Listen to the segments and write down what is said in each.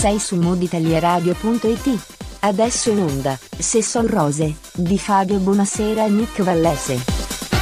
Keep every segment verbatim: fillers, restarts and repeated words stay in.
Sei su mood italia radio punto it. Adesso in onda, Se son rose, di Fabio Bonasera e Nick Vallese.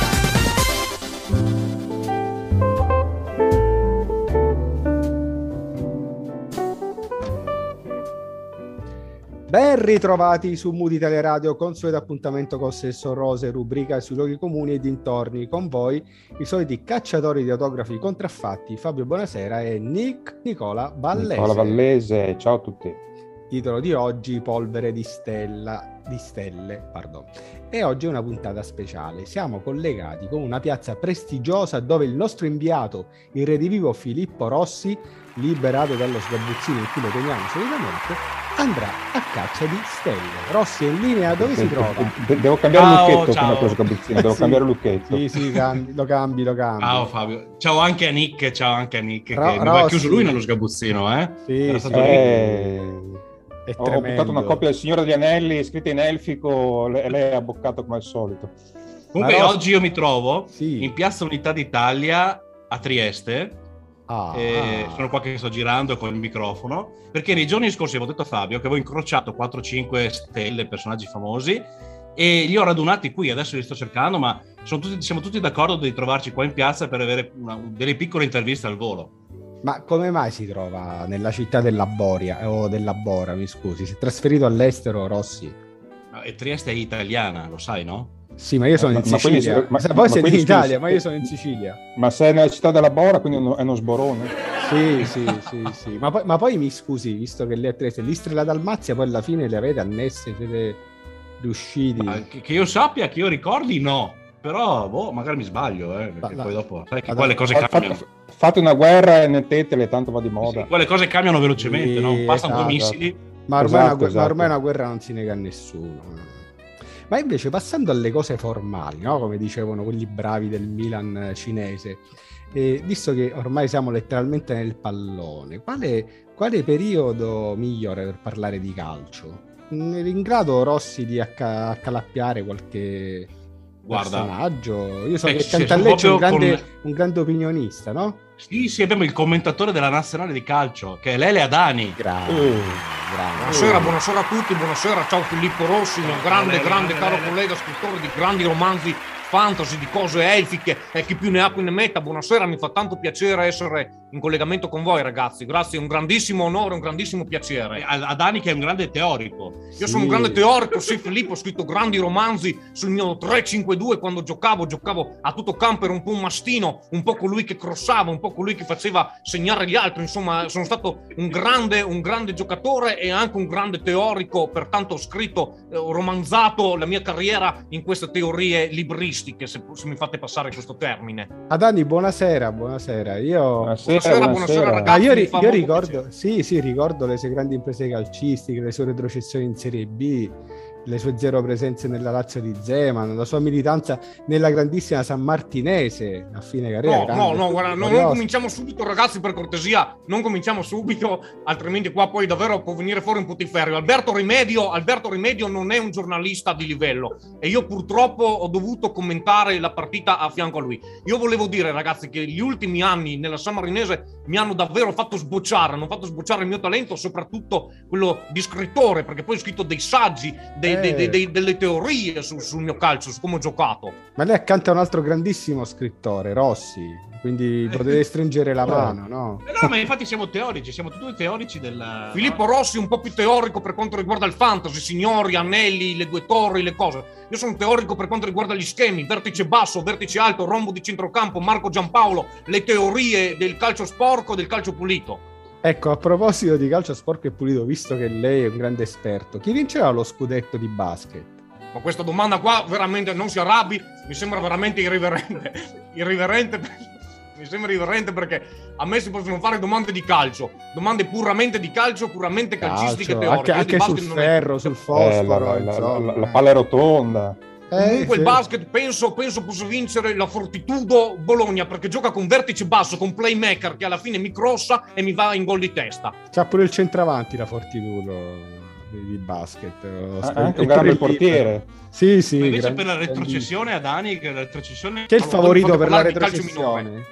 Ben ritrovati su Mood Italia Radio, consueto appuntamento con Se son rose, rubrica sui luoghi comuni e dintorni. Con voi i soliti cacciatori di autografi contraffatti, Fabio Bonasera e Nick Nicola Vallese. Nicola Vallese, ciao a tutti. Titolo di oggi: Polvere di stella di stelle, pardon. E oggi è una puntata speciale. Siamo collegati con una piazza prestigiosa dove il nostro inviato, il redivivo Filippo Rossi, liberato dallo sgabuzzino in cui lo teniamo solitamente, andrà a caccia di stelle. Rossi è in linea, dove si trova? Devo cambiare ciao, il lucchetto ciao. come quello sgabuzzino, devo sì, cambiare il lucchetto. Sì, sì, cambi, lo cambi, lo cambi. Ciao Fabio, ciao anche a Nick, ciao anche a Nick, Ro- che mi aveva chiuso lui nello sgabuzzino, eh? Sì, Era sì. stato Eh, È ho tremendo. buttato una copia del Signore degli Anelli scritta in elfico e lei ha boccato come al solito. Comunque Ma no, oggi io mi trovo sì. in Piazza Unità d'Italia a Trieste. Ah, E ah. sono qua che sto girando con il microfono perché nei giorni scorsi avevo detto a Fabio che avevo incrociato quattro cinque stelle, personaggi famosi, e li ho radunati qui. Adesso li sto cercando, ma sono tutti, siamo tutti d'accordo di trovarci qua in piazza per avere una, delle piccole interviste al volo. Ma come mai si trova nella città della Boria, o della Bora, mi scusi? Si è trasferito all'estero, Rossi? E Trieste è italiana, lo sai, no? Sì, ma io sono Ma- in ma quindi- Sicilia. ma- Poi ma siete in quindi, Italia, scusi, ma io sono in Sicilia. Ma sei nella città della Bora, quindi è uno, è uno sborone. Sì, sì, sì, sì. Ma poi, ma poi mi scusi, visto che lei è Trieste, l'Istria e la Dalmazia, poi alla fine le avete annesse, siete riusciti? Ma che, che io sappia, che io ricordi, no. Però, boh, magari mi sbaglio, eh, perché Ma- poi dopo, sai che ma- qua le cose Fa- cambiano. fate, fate una guerra e nettetele, tanto va di moda. Sì, qua le cose cambiano velocemente, Sì, no? Bastano esatto. due missili. Ma ormai, Esatto, una, gu- ma esatto. ormai una guerra non si nega a nessuno. Ma invece, passando alle cose formali, no? Come dicevano quelli bravi del Milan cinese, eh, visto che ormai siamo letteralmente nel pallone, quale, quale periodo migliore per parlare di calcio? Mm, Eri in grado, Rossi, di acca- accalappiare qualche Guarda, personaggio? Io so eh, che sì, sono Cantalleccio è un proprio grande, con- un grande opinionista, no? Sì, sì, abbiamo il commentatore della nazionale di calcio, che è Lele Adani. Grande, Eh. grande. Buonasera, buonasera a tutti, buonasera, ciao Filippo Rossi, un grande, Lele, grande Lele, caro Lele. collega, scrittore di grandi romanzi fantasy, di cose elfiche, e chi più ne ha più ne metta. Buonasera, mi fa tanto piacere essere in collegamento con voi, ragazzi. Grazie, è un grandissimo onore, un grandissimo piacere. Adani che è un grande teorico. Io sono un grande teorico, sì Filippo, ho scritto grandi romanzi sul mio tre cinque due quando giocavo, giocavo a tutto campo, ero un po' un mastino, un po' colui che crossava, un po' colui che faceva segnare gli altri, insomma sono stato un grande, un grande giocatore e anche un grande teorico, pertanto ho scritto, eh, ho romanzato la mia carriera in queste teorie libristiche, se, se mi fate passare questo termine. Adani, buonasera, buonasera. Io... Buonasera, Buonasera, buonasera, Ah, ragazzi. io, mi ri- fa io molto ricordo, piacere. sì, sì, ricordo le sue grandi imprese calcistiche, le sue retrocessioni in Serie B, le sue zero presenze nella Lazio di Zeman, la sua militanza nella grandissima San Martinese a fine carriera. No, grande, no, no, guarda, no, non glorioso. cominciamo subito, ragazzi, per cortesia, non cominciamo subito, altrimenti qua poi davvero può venire fuori un putiferio. Alberto Rimedio, Alberto Rimedio non è un giornalista di livello e io purtroppo ho dovuto commentare la partita a fianco a lui. Io volevo dire, ragazzi, che gli ultimi anni nella San Marinese mi hanno davvero fatto sbocciare, hanno fatto sbocciare il mio talento, soprattutto quello di scrittore, perché poi ho scritto dei saggi, dei, Eh. dei- dei- dei- delle teorie su- sul mio calcio, su come ho giocato. Ma lei accanto a un altro grandissimo scrittore, Rossi, quindi potete stringere la mano, no? Eh no, ma infatti siamo teorici, siamo tutti teorici del... Filippo Rossi un po' più teorico per quanto riguarda il fantasy, signori, anelli, le due torri, le cose. Io sono teorico per quanto riguarda gli schemi, vertice basso, vertice alto, rombo di centrocampo, Marco Giampaolo, le teorie del calcio sporco e del calcio pulito. Ecco, a proposito di calcio sporco e pulito, visto che lei è un grande esperto, chi vincerà lo scudetto di basket? Ma questa domanda qua veramente non si arrabbi, mi sembra veramente irriverente. irriverente mi sembra irriverente perché a me si possono fare domande di calcio, domande puramente di calcio, puramente calcistiche, Calcio, teoriche. anche, Io di anche sul basket non è- ferro, sul Eh, fosforo, la, la- la- insomma. la- la palla è rotonda. Eh, Comunque sì. il basket penso, penso possa vincere la Fortitudo Bologna perché gioca con vertice basso, con playmaker che alla fine mi crossa e mi va in gol di testa. C'ha pure il centravanti la Fortitudo di di basket. lo Ah, scri- anche e un gran pure bel il portiere. Sì, sì. Ma invece gran- per la grandissimo. retrocessione, Adani, che la retrocessione... Chi è il Allora, favorito fate per la parlare di calcio retrocessione?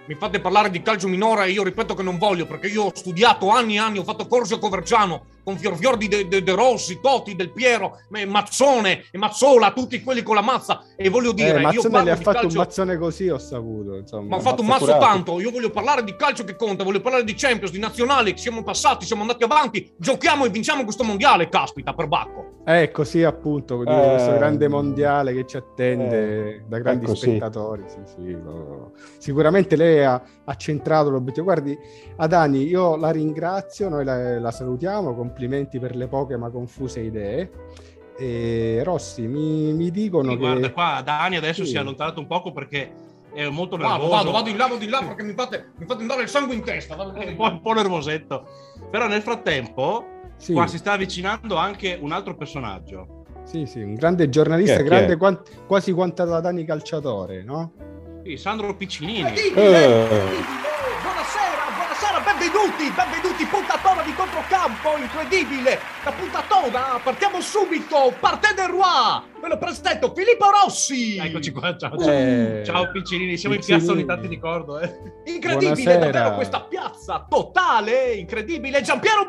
mi fate parlare di calcio minore e io ripeto che non voglio, perché io ho studiato anni e anni, ho fatto corso a Coverciano con Fiorfiordi De, De, De Rossi, Totti, Del Piero, Mazzone e Mazzola, tutti quelli con la mazza, e voglio dire, eh, io Mazzone parlo gli ha di fatto calcio... un mazzone così, ho saputo, insomma. Ma ho fatto un mazzo curato. tanto, io voglio parlare di calcio che conta, voglio parlare di Champions, di nazionali, siamo passati, siamo andati avanti, giochiamo e vinciamo questo mondiale, caspita, per Bacco. Eh, così appunto, Eh, questo grande mondiale che ci attende eh, da grandi ecco, sì. spettatori. Sì, sì, lo- Sicuramente lei ha, ha centrato l'obiettivo. Guardi, Adani, io la ringrazio, noi la, la salutiamo, complimenti per le poche ma confuse idee. E Rossi, mi, mi dicono Sì, che... guarda, qua Dani adesso Sì. si è allontanato un poco perché è molto Vado, nervoso. vado, vado in là, vado in là, perché mi fate, mi fate andare il sangue in testa. Vado, vado È in un po', là. un po' nervosetto. Però nel frattempo Sì, qua si sta avvicinando anche un altro personaggio. sì, sì, un grande giornalista, Chi è? Chi grande è? quan- quasi quanto da Dani calciatore, no? Sì, Sandro Piccinini. Incredibile, Eh. incredibile. Buonasera, buonasera, benvenuti, benvenuti, puntatona di controcampo, incredibile, la puntatona, partiamo subito, parte del Roi, ve lo presento, Filippo Rossi. Eccoci qua, ciao, ciao. Eh, Ciao Piccinini, siamo Piccinini. in piazza Unità di ricordo. Eh. Incredibile, Buonasera. davvero questa piazza totale, incredibile, Giampiero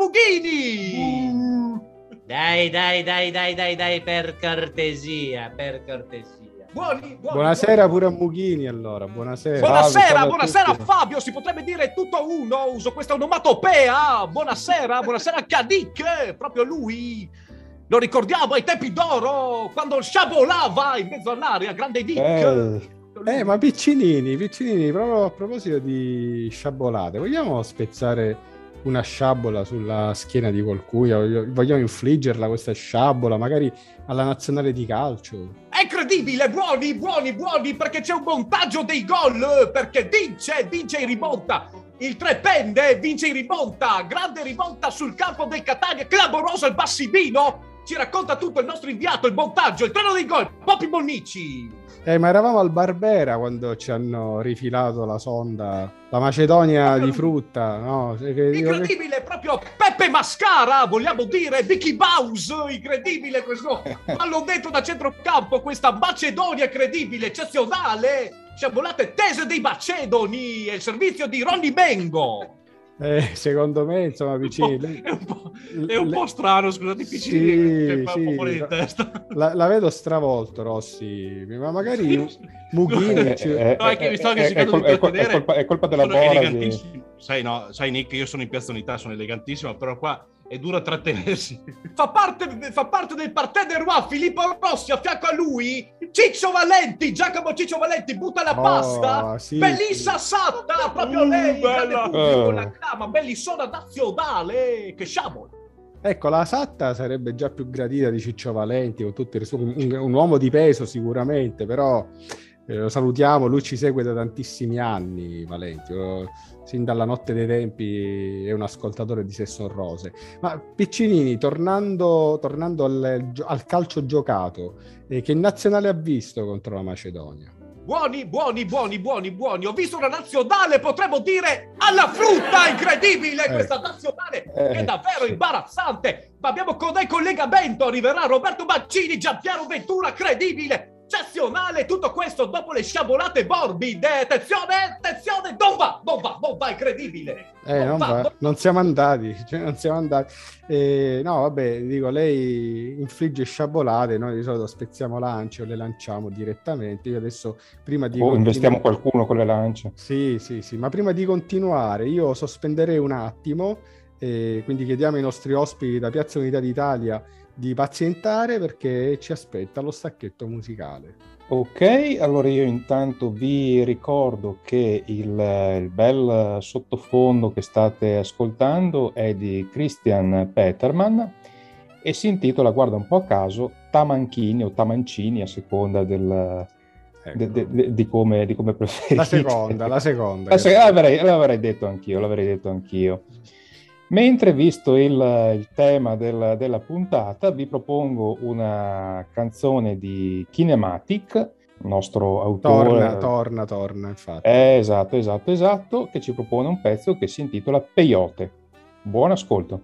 Bughini. Dai, dai, dai, dai, dai, dai, per cortesia, per cortesia. Buoni, buoni, Buonasera buoni. pure a Mughini, allora, buonasera. Buonasera, Salve, salve a buonasera tutti. Fabio, si potrebbe dire tutto uno, uso questa onomatopea. Buonasera, buonasera anche a Dick, proprio lui. Lo ricordiamo ai tempi d'oro, quando sciabolava in mezzo all'aria, grande Dick. Eh, Eh, ma Piccinini, Piccinini, proprio a proposito di sciabolate, vogliamo spezzare una sciabola sulla schiena di qualcuno? Voglio- Vogliamo infliggerla questa sciabola, magari alla nazionale di calcio? È incredibile, buoni, buoni, buoni, perché c'è un montaggio dei gol, perché vince, vince in rimonta. Il tre pende, vince in rimonta, grande rimonta sul campo del Catania, clamoroso il Bassimino. Ci racconta tutto il nostro inviato, il montaggio, il treno dei gol, Popi Bonnici. Eh, ma eravamo al Barbera quando ci hanno rifilato la sonda, la Macedonia di frutta, no? Cioè, che- Incredibile, proprio Peppe Mascara, vogliamo dire, Vicky Baus, incredibile questo pallonetto da centrocampo, questa Macedonia incredibile, eccezionale, sciabolate tese dei Macedoni e il servizio di Ronny Bengo. Eh, secondo me, insomma, Piccinini... È un po', è un po' strano, scusate, Sì, Piccinini, che fa un sì. po' fuori di testa. La, la vedo stravolto, Rossi, ma magari Mughini... ci- eh, No, è che mi stavo eh, cercando è, di col- è col- trattenere. è colpa, è colpa della Sono Borasi. elegantissimi. Sai, no, sai Nick, io sono in Piazza Unità, sono elegantissimo, però qua è duro trattenersi. Fa parte, fa parte del Partè del Roi, Filippo Rossi, a fianco a lui Ciccio Valenti, Giacomo Ciccio Valenti butta la Oh, pasta, sì, Bellissa sì. Satta, proprio Uh, lei, bella. grande pubblico, Oh. la chiama, Bellissona nazionale, che sciamo. Ecco, la Satta sarebbe già più gradita di Ciccio Valenti, con tutto il suo, un, un uomo di peso sicuramente, però eh, lo salutiamo, lui ci segue da tantissimi anni, Valenti, lo- sin dalla notte dei tempi è un ascoltatore di Sesson Rose. Ma Piccinini, tornando, tornando al, al calcio giocato, eh, che nazionale ha visto contro la Macedonia? Buoni, buoni, buoni, buoni, buoni. Ho visto una nazionale, potremmo dire, alla frutta, incredibile, Eh. questa nazionale Eh, è davvero sì. imbarazzante. Ma abbiamo con noi collegamento, arriverà Roberto Mancini, Giampiero Ventura, credibile, eccezionale, tutto questo dopo le sciabolate morbide. Attenzione, attenzione, non va, non va, non va, incredibile. Eh, non, va, non siamo andati, cioè non siamo andati. Eh, no, vabbè, dico, lei infligge sciabolate, noi di solito spezziamo lance o le lanciamo direttamente. Io adesso, prima di... O continu- investiamo qualcuno con le lance. Sì, sì, sì, ma prima di continuare io sospenderei un attimo, eh, quindi chiediamo ai nostri ospiti da Piazza Unità d'Italia di pazientare perché ci aspetta lo stacchetto musicale. Ok, allora io intanto vi ricordo che il, il bel sottofondo che state ascoltando è di Christian Peterman e si intitola, guarda un po' a caso, Tamanchini o Tamancini a seconda del, Ecco. de- de- de- di, come, di come preferite. La seconda, la seconda. La se- l'avrei, l'avrei detto anch'io, l'avrei detto anch'io. Mentre, visto il, il tema del- della puntata, vi propongo una canzone di Kinematic, nostro autore. Torna, torna, torna, infatti. Eh, esatto, esatto, esatto, che ci propone un pezzo che si intitola Peyote. Buon ascolto.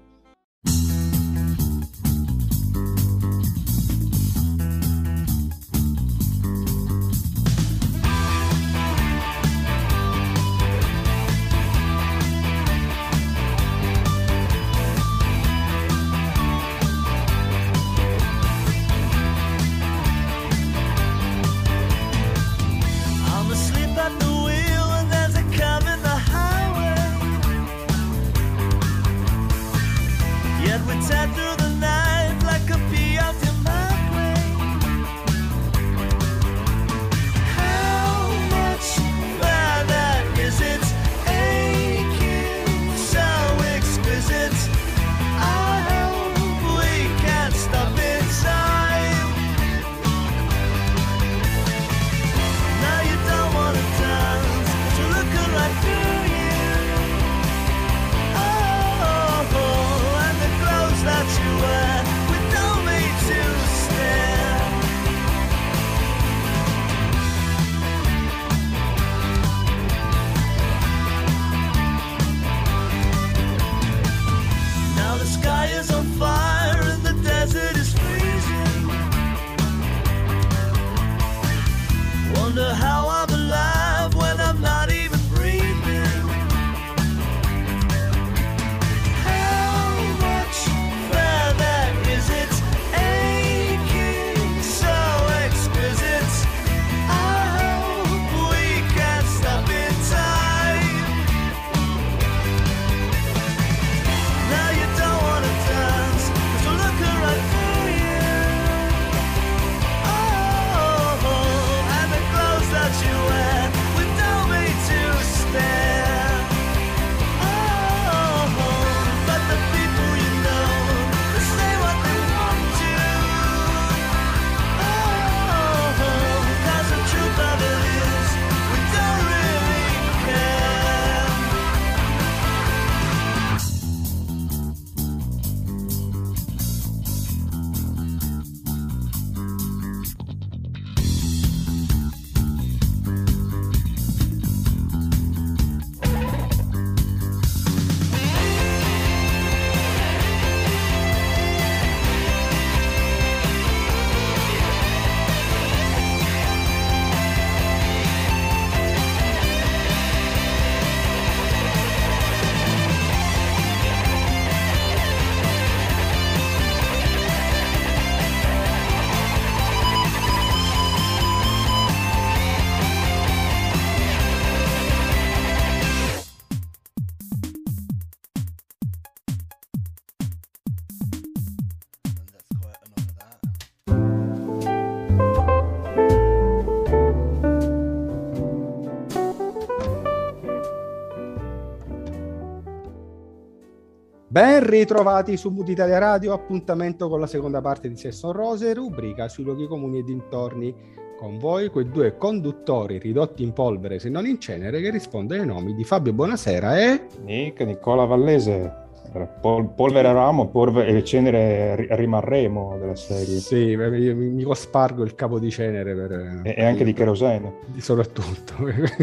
Ben ritrovati su Mood Italia Radio, appuntamento con la seconda parte di Se Son Rose, rubrica sui luoghi comuni e dintorni. Con voi quei due conduttori ridotti in polvere se non in cenere che risponde ai nomi di Fabio Bonasera e... Nick, Nicola Vallese. Pol- polvere eravamo polvere, e cenere ri- rimarremo della serie. Sì, io mi, mi cospargo il capo di cenere per... E, e anche di kerosene. Soprattutto.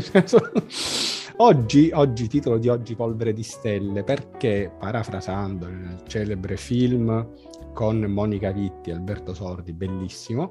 Oggi, oggi, titolo di oggi, Polvere di Stelle, perché, parafrasando il celebre film con Monica Vitti e Alberto Sordi, bellissimo,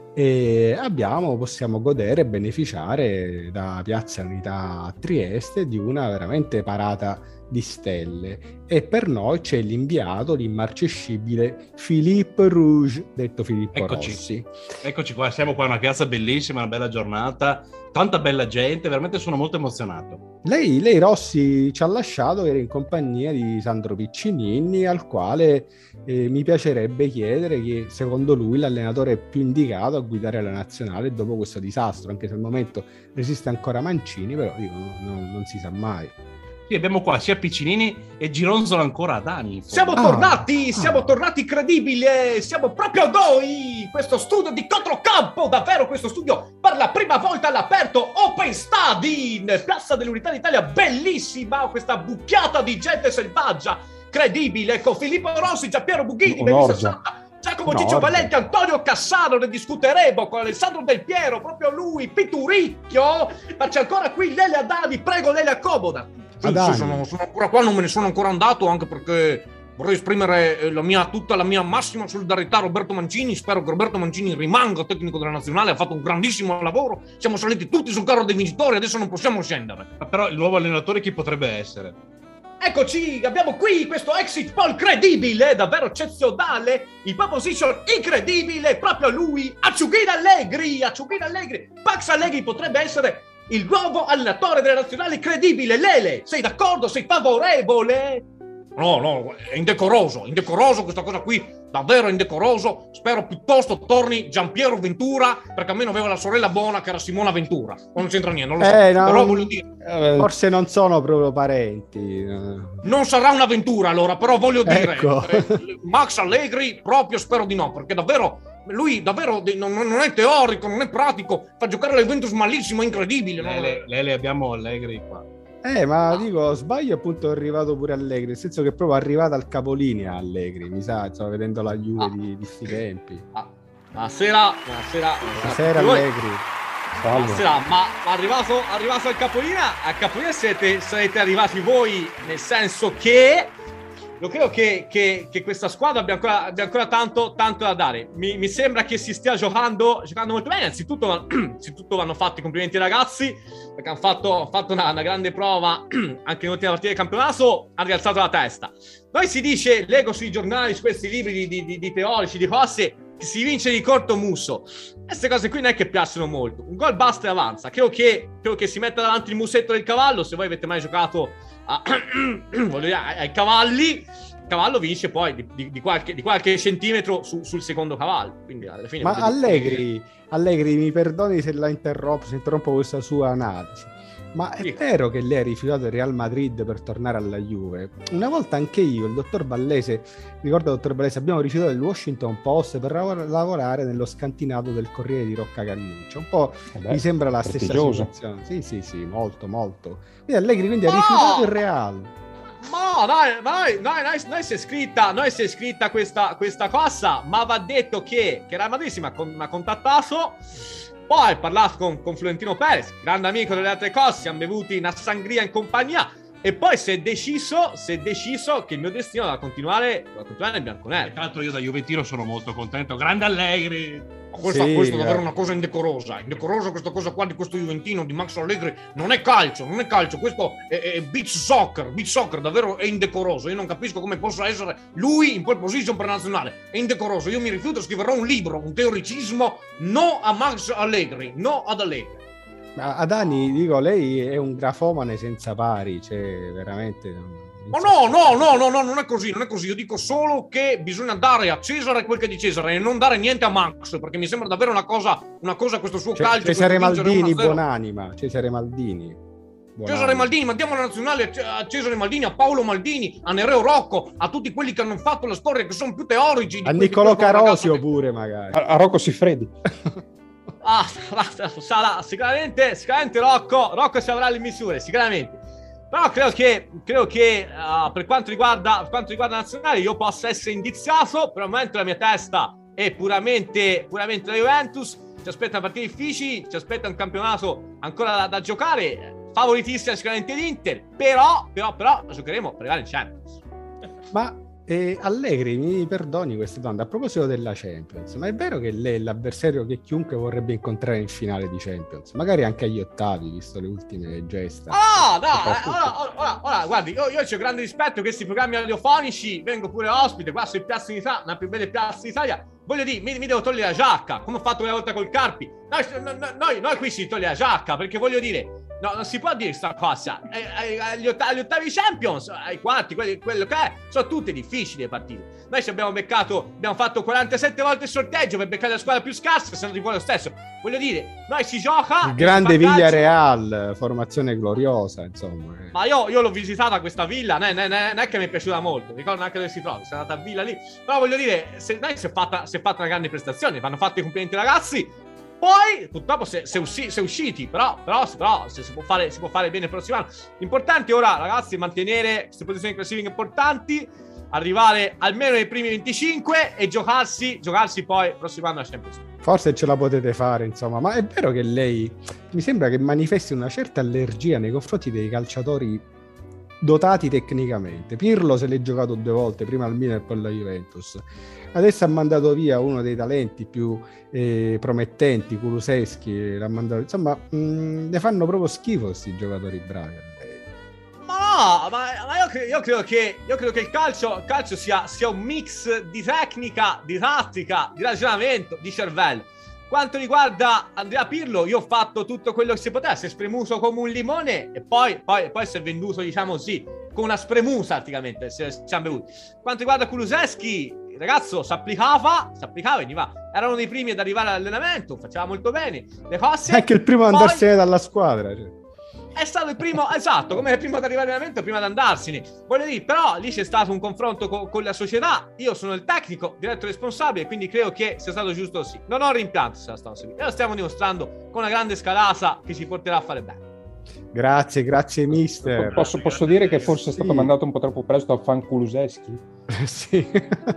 e abbiamo, possiamo godere e beneficiare da Piazza Unità a Trieste di una veramente parata di stelle, e per noi c'è l'inviato, l'immarcescibile Philippe Rouge, detto Filippo Eccoci. Rossi. Eccoci qua, siamo qua, una piazza bellissima, una bella giornata, tanta bella gente, veramente sono molto emozionato. Lei, lei Rossi ci ha lasciato, era in compagnia di Sandro Piccinini, al quale eh, mi piacerebbe chiedere che secondo lui l'allenatore più indicato a guidare la nazionale dopo questo disastro, anche se al momento resiste ancora Mancini, però dico, non, non si sa mai. Sì, abbiamo qua sia Piccinini e gironzola ancora Adani. Siamo Ah, tornati, ah. siamo tornati credibili, siamo proprio noi, questo studio di Controcampo, davvero questo studio per la prima volta all'aperto, Open Stadi, in Piazza dell'Unità d'Italia, bellissima, questa bucchiata di gente selvaggia, credibile, con Filippo Rossi, Giampiero Bughini, Benissimo Santa, Giacomo Un Ciccio orgia. Valenti, Antonio Cassano, ne discuteremo con Alessandro Del Piero, proprio lui, Pituricchio, ma c'è ancora qui Lele Adani, prego Lele accomoda. Sì, Adani. sì, sono, sono ancora qua, non me ne sono ancora andato, anche perché vorrei esprimere eh, la mia, tutta la mia massima solidarietà a Roberto Mancini. Spero che Roberto Mancini rimanga tecnico della nazionale, ha fatto un grandissimo lavoro, siamo saliti tutti sul carro dei vincitori, adesso non possiamo scendere. Ma però il nuovo allenatore chi potrebbe essere? Eccoci, abbiamo qui questo exit poll credibile, davvero eccezionale, il pole position incredibile, proprio lui, Acciughina Allegri, Acciughina Allegri, Pax Allegri potrebbe essere il nuovo allenatore delle nazionali, credibile. Lele, sei d'accordo? Sei favorevole? No, no, è indecoroso, indecoroso questa cosa qui, davvero indecoroso. Spero piuttosto torni Giampiero Ventura, perché almeno aveva la sorella buona che era Simona Ventura. O non c'entra niente, non lo so, Eh, no, però voglio dire, Eh, forse non sono proprio parenti. eh. non sarà un'avventura allora, però voglio dire, Ecco. eh, Max Allegri proprio spero di no, perché davvero, lui davvero de- non, non è teorico, non è pratico, fa giocare la Juventus malissimo, è incredibile. no? Lele, Lele abbiamo Allegri qua. Eh, ma dico, sbaglio, appunto è arrivato pure Allegri, nel senso che è proprio arrivato al capolinea Allegri, mi sa, stavo vedendo la Juve Ah. di, di sti tempi. Ah, buonasera, buonasera, Buonasera Voi- Allegri. salve. Buonasera, ma arrivato, arrivato al capolinea, a capolinea siete, siete arrivati voi, nel senso che io credo che, che, che questa squadra abbia ancora, abbia ancora tanto, tanto da dare. Mi, mi sembra che si stia giocando, giocando molto bene. Innanzitutto, innanzitutto vanno fatti i complimenti ai ragazzi, perché hanno fatto, hanno fatto una, una grande prova anche nell'ultima partita del campionato, hanno rialzato la testa. Poi si dice, leggo sui giornali, su questi libri di, di, di, di teorici, di cose, che si vince di corto muso. Queste cose qui non è che piacciono molto. Un gol basta e avanza. Credo che, credo che si metta davanti il musetto del cavallo. Se voi avete mai giocato a, voglio dire, ai cavalli, il cavallo vince poi di, di, di, qualche, di qualche centimetro su, sul secondo cavallo. Quindi alla fine Ma voglio dire- Allegri, Allegri, mi perdoni se la interrompo, se interrompo questa sua analisi, ma è Sì. vero che lei ha rifiutato il Real Madrid per tornare alla Juve? Una volta anche io, il dottor Vallese, ricordo dottor Vallese, abbiamo rifiutato il Washington Post per lavor- lavorare nello scantinato del Corriere di Rocca Cannuccia. Un po' Eh beh, mi sembra la stessa prestigioso. situazione. Sì, sì, sì, molto, molto. Quindi Allegri quindi ha No! rifiutato il Real. Ma dai, ma noi, noi, noi, noi si è scritta, noi si è scritta questa, questa cosa, ma va detto che, che Real Madrid sì, mi ha con- mi ha contattato, poi ha parlato con, con Florentino Perez, grande amico delle altre cose, siamo bevuti una sangria in compagnia, e poi si è deciso, si è deciso che il mio destino doveva continuare, doveva continuare nel bianconero. Tra l'altro io da Juventino sono molto contento. Grande Allegri! Questa, Sì, questa è davvero eh. una cosa indecorosa, indecorosa questa cosa qua di questo Juventino, di Max Allegri, non è calcio, non è calcio, questo è, è beach soccer, beach soccer davvero è indecoroso, io non capisco come possa essere lui in pole position per la nazionale, è indecoroso, io mi rifiuto, scriverò un libro, un teoricismo, no a Max Allegri, no ad Allegri. Ma Adani, dico, lei è un grafomane senza pari, cioè veramente... Ma no, no, no, no, no, non è così, non è così. Io dico solo che bisogna dare a Cesare quel che è di Cesare e non dare niente a Max, perché mi sembra davvero una cosa, una cosa questo suo Cioè, calcio. Cesare questo vincere Maldini, uno a zero. buonanima, Cesare Maldini. Buon Cesare anno. Maldini, mandiamo la nazionale a Cesare Maldini, a Paolo Maldini, a Nereo Rocco, a tutti quelli che hanno fatto la storia, che sono più teorici. A di Niccolò quelli che- Carosio pure, magari. A, a Rocco Siffredi. Ah, sarà sicuramente, sicuramente Rocco, Rocco ci avrà le misure, sicuramente. Però credo che, credo che uh, per quanto riguarda, per quanto riguarda la nazionale, io possa essere indiziato. Per il momento la mia testa è puramente, puramente la Juventus. Ci aspettano partite difficili, ci aspetta un campionato ancora da, da giocare. Favoritissima sicuramente l'Inter, però, però, però giocheremo per arrivare in Champions. Ma eh, Allegri, mi perdoni questa domanda a proposito della Champions, ma è vero che lei è l'avversario che chiunque vorrebbe incontrare in finale di Champions, magari anche agli ottavi, visto le ultime gesta? Ah, no, eh, ora, ora, ora, ora, guardi, io, io ho grande rispetto per questi programmi radiofonici, vengo pure ospite qua su Piazza Unità, una più belle piazze d'Italia. Voglio dire, mi, mi devo togliere la giacca, come ho fatto una volta col Carpi. Noi, no, no, noi, noi qui si toglie la giacca, perché voglio dire, no, non si può dire sta cosa. Eh, eh, agli, ottavi, agli ottavi Champions, ai quarti, quelli, quello che è, sono tutte difficili le partite. Noi ci abbiamo beccato, abbiamo fatto quarantasette volte il sorteggio per beccare la squadra più scarsa, se non di quello stesso. Voglio dire, noi si gioca... Il grande si fa calcio. Villarreal, formazione gloriosa, insomma. eh. Ma io, io l'ho visitata questa villa, non è, non è- non è che mi è piaciuta molto, ricordo anche dove si trova, sono andata a villa lì. Però voglio dire, se, dai, si è fatta, si è fatta una grande prestazione, vanno fatti i complimenti ai ragazzi. Poi, purtroppo, si è usci- si è usciti, però, però, però se si, può fare, si può fare bene il prossimo anno. L'importante ora, ragazzi, è mantenere queste posizioni di classifica importanti, arrivare almeno nei primi venticinque e giocarsi, giocarsi poi il prossimo anno la Champions League. Forse ce la potete fare, insomma, ma è vero che lei mi sembra che manifesti una certa allergia nei confronti dei calciatori dotati tecnicamente. Pirlo se l'è giocato due volte, prima al Milan e poi alla Juventus. Adesso ha mandato via uno dei talenti più eh, promettenti, Kulusevski, l'ha mandato, insomma, mh, ne fanno proprio schifo questi giocatori bravi a lei. Ma no, ma, ma io, cre- io credo che, io credo che il calcio, il calcio sia, sia un mix di tecnica, di tattica, di ragionamento, di cervello. Quanto riguarda Andrea Pirlo, io ho fatto tutto quello che si poteva, si è spremuto come un limone e poi, poi, poi si è venduto, diciamo così, con una spremuta praticamente, si si siamo bevuti. Quanto riguarda Kulusevski, il ragazzo si applicava, si applicava, veniva, era uno dei primi ad arrivare all'allenamento, faceva molto bene le cose. È anche il primo a Poi- andarsene dalla squadra. Cioè. È stato il primo, esatto, come il primo ad arrivare all'allenamento, prima di andarsene. Voglio dire, però lì c'è stato un confronto co- con la società. Io sono il tecnico, diretto responsabile, quindi credo che sia stato giusto così. Non ho rimpianto se sia stato così. E lo stiamo dimostrando con una grande scalata che ci porterà a fare bene. Grazie, grazie mister. Posso, posso dire che forse è stato Sì. mandato un po' troppo presto a fan Kulusevski? Sì.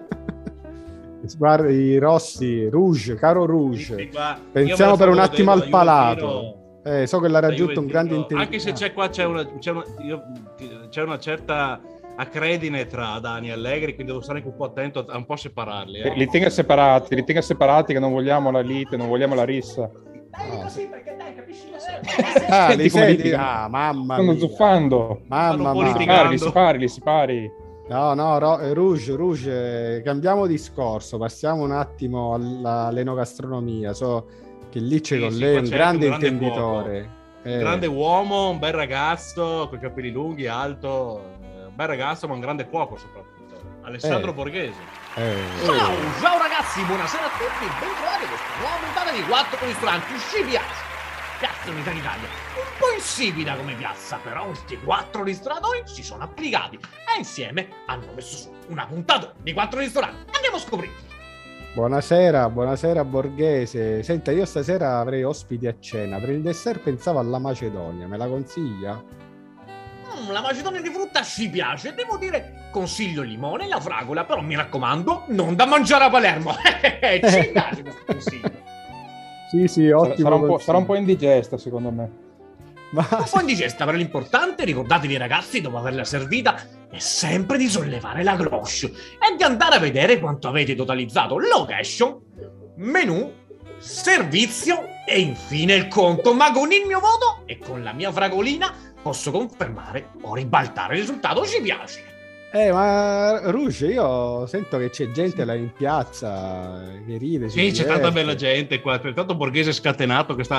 Guarda i Rossi, Rouge, caro Rouge. Pensiamo per un attimo al palato. Eh, so che l'ha raggiunto un grande intelligenza. intelligenza. Anche se c'è qua c'è una, c'è una, io- c'è una certa accredine tra Dani e Allegri, quindi devo stare anche un po' attento a un po' separarli. Eh, Eh. Li tenga separati, li tenga separati che non vogliamo la lite, non vogliamo la rissa. Dai, così, perché dai, capisci? Ah, Senti li come senti? litigano. Ah, mamma Stanno mia. zuffando. Mamma Stanno un po' mia. Li litigando. spari, li spari, li spari. No, no, Ro- eh, Rouge, Rouge, eh, cambiamo discorso, passiamo un attimo alla- all'enogastronomia. So che lì c'è Sì, con sì, lei qua un c'è grande anche un grande intenditore. Un Eh, grande uomo, un bel ragazzo, con i capelli lunghi, alto, eh, un bel ragazzo, ma un grande cuoco soprattutto. Alessandro Eh. Borghese. eh. Ciao, ciao ragazzi, buonasera a tutti, bentrovati a questa nuova puntata di quattro ristoranti usci piazza. Piazza Unità d'Italia, un po' insipida come piazza, però questi quattro ristoratori si sono applicati e insieme hanno messo su una puntata di quattro ristoranti. Andiamo a scoprire. Buonasera, buonasera Borghese. Senta, io stasera avrei ospiti a cena. Per il dessert pensavo alla Macedonia, me la consiglia? Mm, la macedonia di frutta ci piace, devo dire, consiglio il limone e la fragola, però mi raccomando, non da mangiare a Palermo. Ci piace questo consiglio. Sì, sì, Sarà, ottimo. sarà un po', consiglio. sarà un po' indigesta, secondo me. Ma Un po' indigesta, però l'importante, ricordatevi ragazzi, dopo averla servita, è sempre di sollevare la cloche e di andare a vedere quanto avete totalizzato. Location, menù, servizio e infine il conto. Ma con il mio voto e con la mia fragolina posso confermare o ribaltare il risultato. Ci piace. Eh, ma Rouge, io sento che c'è gente là in piazza che ride. si Sì, c'è tanta diverte. bella gente qua. Tanto Borghese scatenato che sta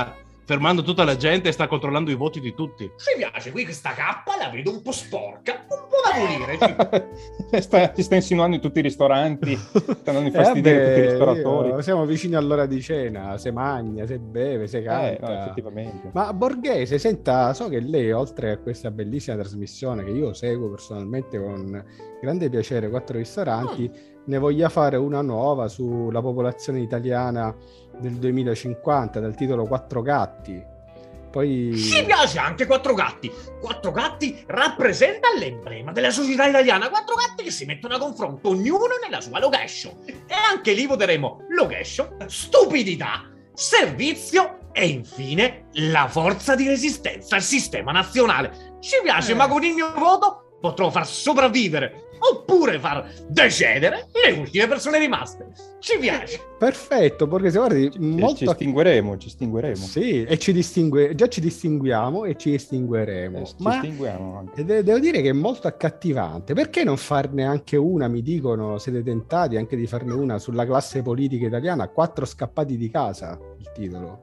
fermando tutta la gente e sta controllando i voti di tutti. Ci piace, qui questa cappa la vedo un po' sporca, un po' da pulire. Ci... sta, ci sta insinuando in tutti i ristoranti, sta andando in fastidio Eh, tutti i ristoratori. io- siamo vicini all'ora di cena, se magna, se beve, se Eh, canta. no, effettivamente. Ma Borghese, senta, so che lei, oltre a questa bellissima trasmissione che io seguo personalmente con grande piacere, Quattro Ristoranti, ne voglia fare una nuova sulla popolazione italiana del duemilacinquanta, dal titolo Quattro Gatti. Poi... Ci piace anche Quattro Gatti. Quattro Gatti rappresenta l'emblema della società italiana. Quattro gatti che si mettono a confronto, ognuno nella sua location. E anche lì voteremo location, stupidità, servizio e infine la forza di resistenza al sistema nazionale. Ci piace, Eh. ma con il mio voto potrò far sopravvivere oppure far decedere le ultime persone rimaste. Ci piace. Perfetto, Borghese, guardi, Ci, molto... ci estingueremo, ci estingueremo. Sì, e ci distingue... già ci distinguiamo e ci estingueremo. Eh, ci Ma estinguiamo anche. e de- devo dire che è molto accattivante. Perché non farne anche una, mi dicono, siete tentati anche di farne una sulla classe politica italiana, Quattro scappati di casa, il titolo.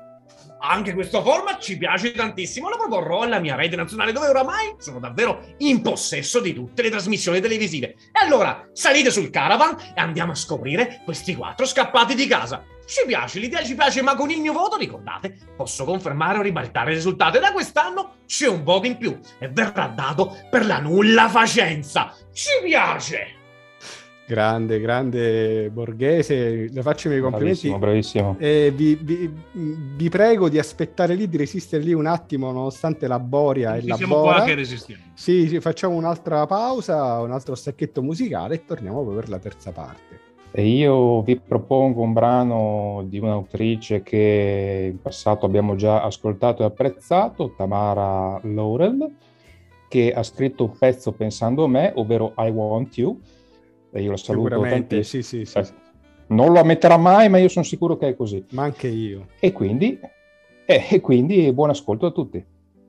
Anche questo format ci piace tantissimo, lo proporrò alla mia rete nazionale dove oramai sono davvero in possesso di tutte le trasmissioni televisive. E allora salite sul caravan e andiamo a scoprire questi quattro scappati di casa. Ci piace, l'idea ci piace, ma con il mio voto, ricordate, posso confermare o ribaltare il risultato. E da quest'anno c'è un voto in più e verrà dato per la nulla facenza. Ci piace! Grande, grande Borghese, le faccio i miei complimenti. Bravissimo, bravissimo. E vi, vi- vi prego di aspettare lì, di resistere lì un attimo, nonostante la boria e Ci la siamo bora. qua che resistiamo. Sì, sì, facciamo un'altra pausa, un altro stacchetto musicale e torniamo poi per la terza parte. E io vi propongo un brano di un'autrice che in passato abbiamo già ascoltato e apprezzato, Tamara Laurel, che ha scritto un pezzo pensando a me, ovvero I Want You. E io lo saluto Sicuramente, tantissimo. sì, sì, sì, Eh, sì. Non lo ammetterà mai, ma io sono sicuro che è così. Ma anche io. E quindi, eh, e quindi buon ascolto a tutti.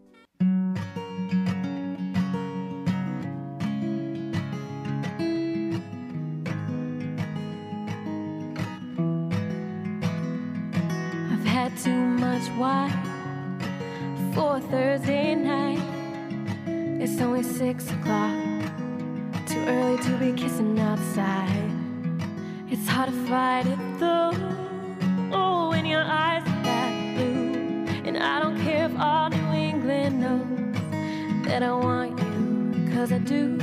I've had too much wine for Thursday night. It's only six o'clock. Too early to be kissing outside. It's hard to fight it though. Oh, when your eyes are that blue. And I don't care if all New England knows that I want you, 'cause I do.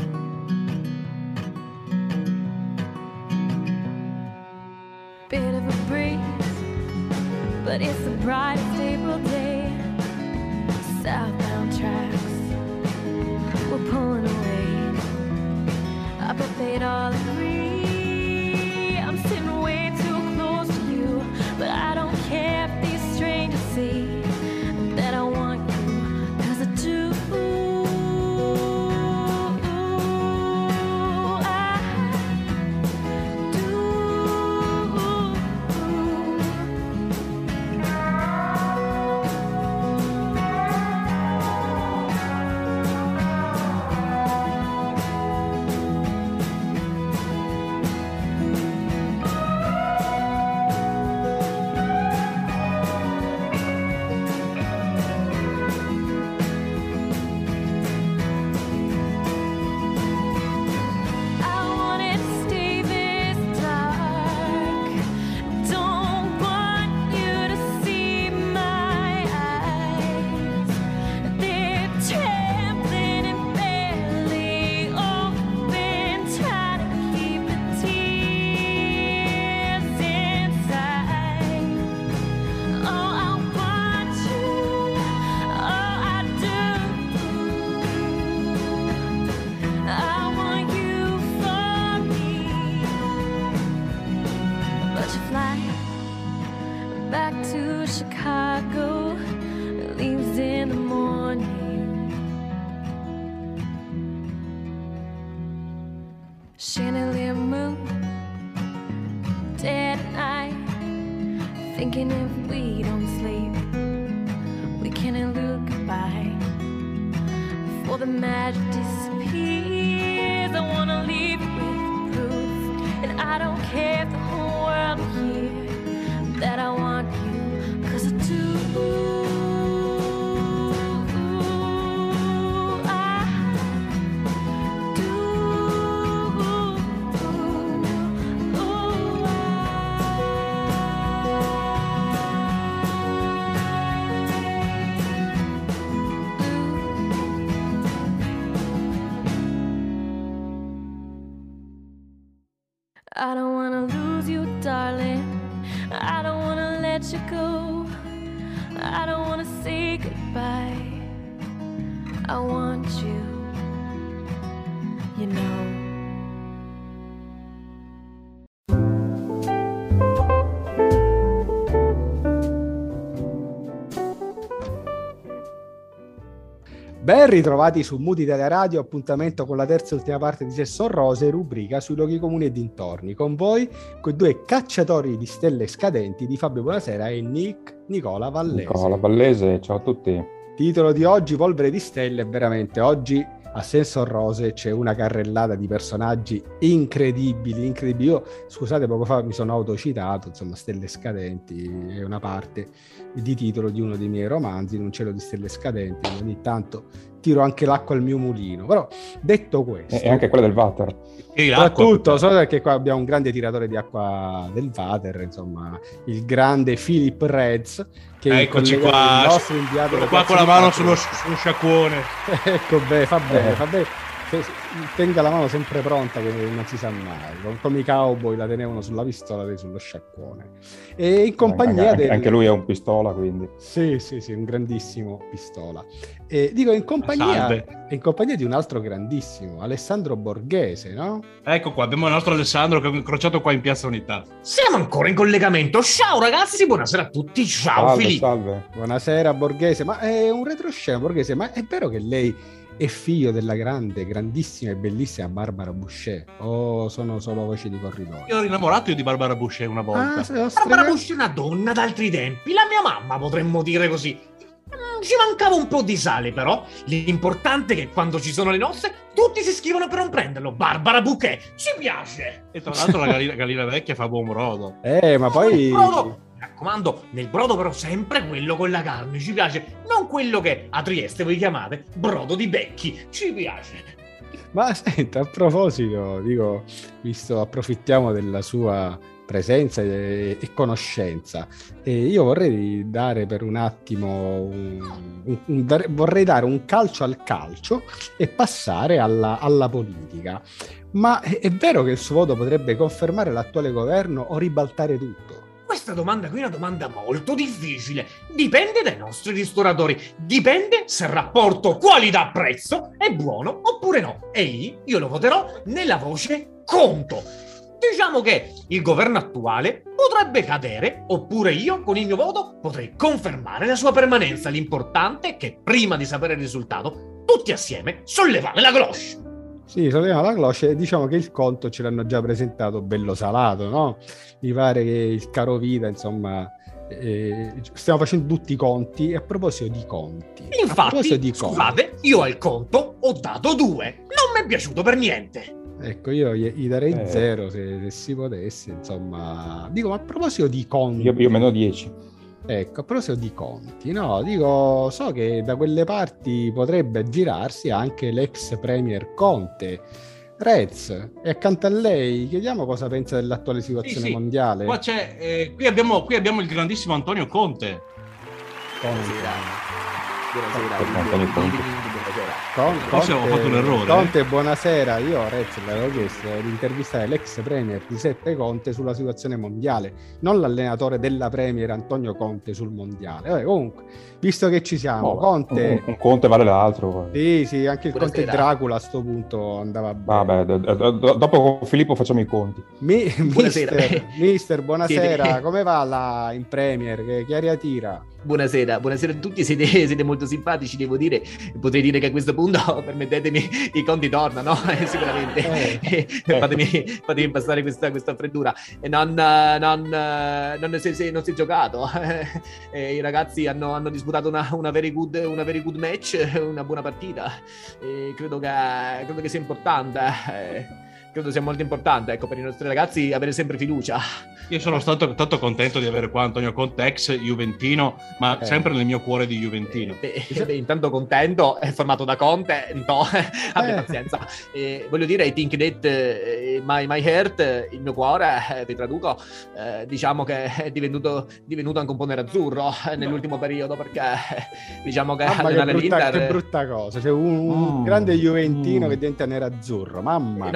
Bit of a breeze, but it's the brightest April day. Southbound tracks were pulling away. I bet they'd all agree I'm sitting way too close to you, but I don't care if these strangers see that I want you, 'cause I do. I do. I want it to stay this dark. Don't want you to see my eyes. They're trembling and barely open, trying to keep the tears inside. Oh, I want you. Oh, I do. I want you for me, but you fly back to Chicago, leaves in the morning. Chandelier moon, dead at night, thinking if we don't sleep, we can elude goodbye before the magic disappears. I wanna leave you with proof, and I don't care if the whole world will hear that I want you, 'cause I do. I don't wanna lose you, darling. I don't wanna let you go. I don't wanna say goodbye. I want you, you know. Ben ritrovati su Mood Italia Radio, appuntamento con la terza e ultima parte di Se Son Rose, rubrica sui luoghi comuni e dintorni. Con voi, con due cacciatori di stelle scadenti di Fabio Buonasera e Nick Nicola Vallese. Nicola Vallese, ciao a tutti. Titolo di oggi, Polvere di stelle, veramente oggi a Se Son Rose c'è una carrellata di personaggi incredibili, incredibili. Io, scusate, poco fa mi sono autocitato, insomma, Stelle scadenti è una parte di titolo di uno dei miei romanzi, In un cielo di stelle scadenti, ogni tanto tiro anche l'acqua al mio mulino. Però, detto questo... E anche quella del water. Soprattutto, solo perché qua abbiamo un grande tiratore di acqua del water, insomma, il grande Philip Reds, che eccoci è qua, il nostro inviato qua con la mano sullo, sullo sciacquone. Ecco, beh, fa bene, fa bene. Tenga la mano sempre pronta, che non si sa mai. Come i cowboy la tenevano sulla pistola, lei sullo sciacquone. E in compagnia anche, del... anche lui è un pistola, quindi. Sì, sì, sì, un grandissimo pistola. E dico, in compagnia, in compagnia di un altro grandissimo, Alessandro Borghese, no? Ecco qua, abbiamo il nostro Alessandro che ho incrociato qua in Piazza Unità. Siamo ancora in collegamento. Ciao ragazzi, buonasera a tutti. Ciao Salve, Filippo. salve. Buonasera Borghese, ma è un retroscena Borghese, ma è vero che lei è figlio della grande, grandissima e bellissima Barbara Boucher? O sono solo voci di corridoio? Io ero innamorato io di Barbara Boucher una volta. Ah, se lo Barbara strega- Bush è una donna d'altri tempi, la mia mamma, potremmo dire così. Mm, Ci mancava un po' di sale, però. L'importante è che quando ci sono le nozze, tutti si scrivono per non prenderlo. Barbara Bouquet, ci piace! E tra l'altro la gallina, gallina vecchia fa buon brodo. Eh, ma poi... Nel brodo, mi raccomando, nel brodo però sempre quello con la carne, ci piace. Non quello che a Trieste voi chiamate brodo di becchi, ci piace. Ma senta, a proposito, dico, visto, approfittiamo della sua presenza e, e conoscenza, e io vorrei dare per un attimo un, un, un, dare, vorrei dare un calcio al calcio e passare alla, alla politica. Ma è, è vero che il suo voto potrebbe confermare l'attuale governo o ribaltare tutto? Questa domanda qui è una domanda molto difficile. Dipende dai nostri ristoratori. Dipende se il rapporto qualità-prezzo è buono oppure no. E lì io lo voterò nella voce conto. Diciamo che il governo attuale potrebbe cadere, oppure io con il mio voto potrei confermare la sua permanenza. L'importante è che prima di sapere il risultato, tutti assieme sollevare la cloche. Sì, solleviamo la cloche e diciamo che il conto ce l'hanno già presentato bello salato, no? Mi pare che il caro vita, insomma, eh, stiamo facendo tutti i conti. E a proposito di conti, a Infatti, proposito di conti, scusate, io al conto ho dato due. Non mi è piaciuto per niente. ecco, io gli, gli darei Eh. zero se, se si potesse, insomma. Dico, ma a proposito di conti, Io, io meno dieci. ecco, a proposito di conti, no, dico, so che da quelle parti potrebbe girarsi anche l'ex premier Conte. Rez, e accanto a lei chiediamo cosa pensa dell'attuale situazione Sì, sì. mondiale. Qua c'è, eh, qui, abbiamo, qui abbiamo il grandissimo Antonio Conte. Conte. Buonasera. Antonio Conte. Con, Forse ho fatto un errore, Conte, buonasera. Io a Rez le avevo chiesto di intervistare l'ex premier Giuseppe Conte sulla situazione mondiale, non l'allenatore della premier Antonio Conte sul mondiale. Vabbè, comunque, visto che ci siamo, Oh, Conte... un, un Conte vale l'altro. Sì, sì, anche il Buonasera. Conte Dracula a sto punto andava bene. Vabbè, do- do- do- dopo con Filippo facciamo i conti. Mi, Buonasera. mister, mister, buonasera. Siete- Come va la in premier? Che, che aria tira? Buonasera, buonasera a tutti, siete, siete molto simpatici, devo dire. Potrei dire che a questo punto, permettetemi, i conti tornano, eh, sicuramente. Eh. Eh, fatemi, fatemi passare questa, questa freddura. E non, eh, non, eh, non, si, si- non si è giocato. Eh, I ragazzi hanno, hanno disputato una, una, very good, una very good match, una buona partita. E credo, che, credo che sia importante. eh, Credo sia molto importante, ecco, per i nostri ragazzi avere sempre fiducia. Io sono stato tanto contento di avere qua Antonio Conte, ex Juventino, ma Eh. sempre nel mio cuore di Juventino. Eh, beh, beh, intanto contento, è formato da Conte, no, abbia Eh. pazienza. Eh, voglio dire, I think that eh, my, my heart, eh, il mio cuore, eh, vi traduco, eh, diciamo che è divenuto, divenuto anche un po' nerazzurro eh, nell'ultimo periodo, perché eh, diciamo che Mamma, che allenare brutta, l'Inter... che brutta cosa. C'è un, un Mm. grande Juventino Mm. che diventa nerazzurro. Mamma Non, mia.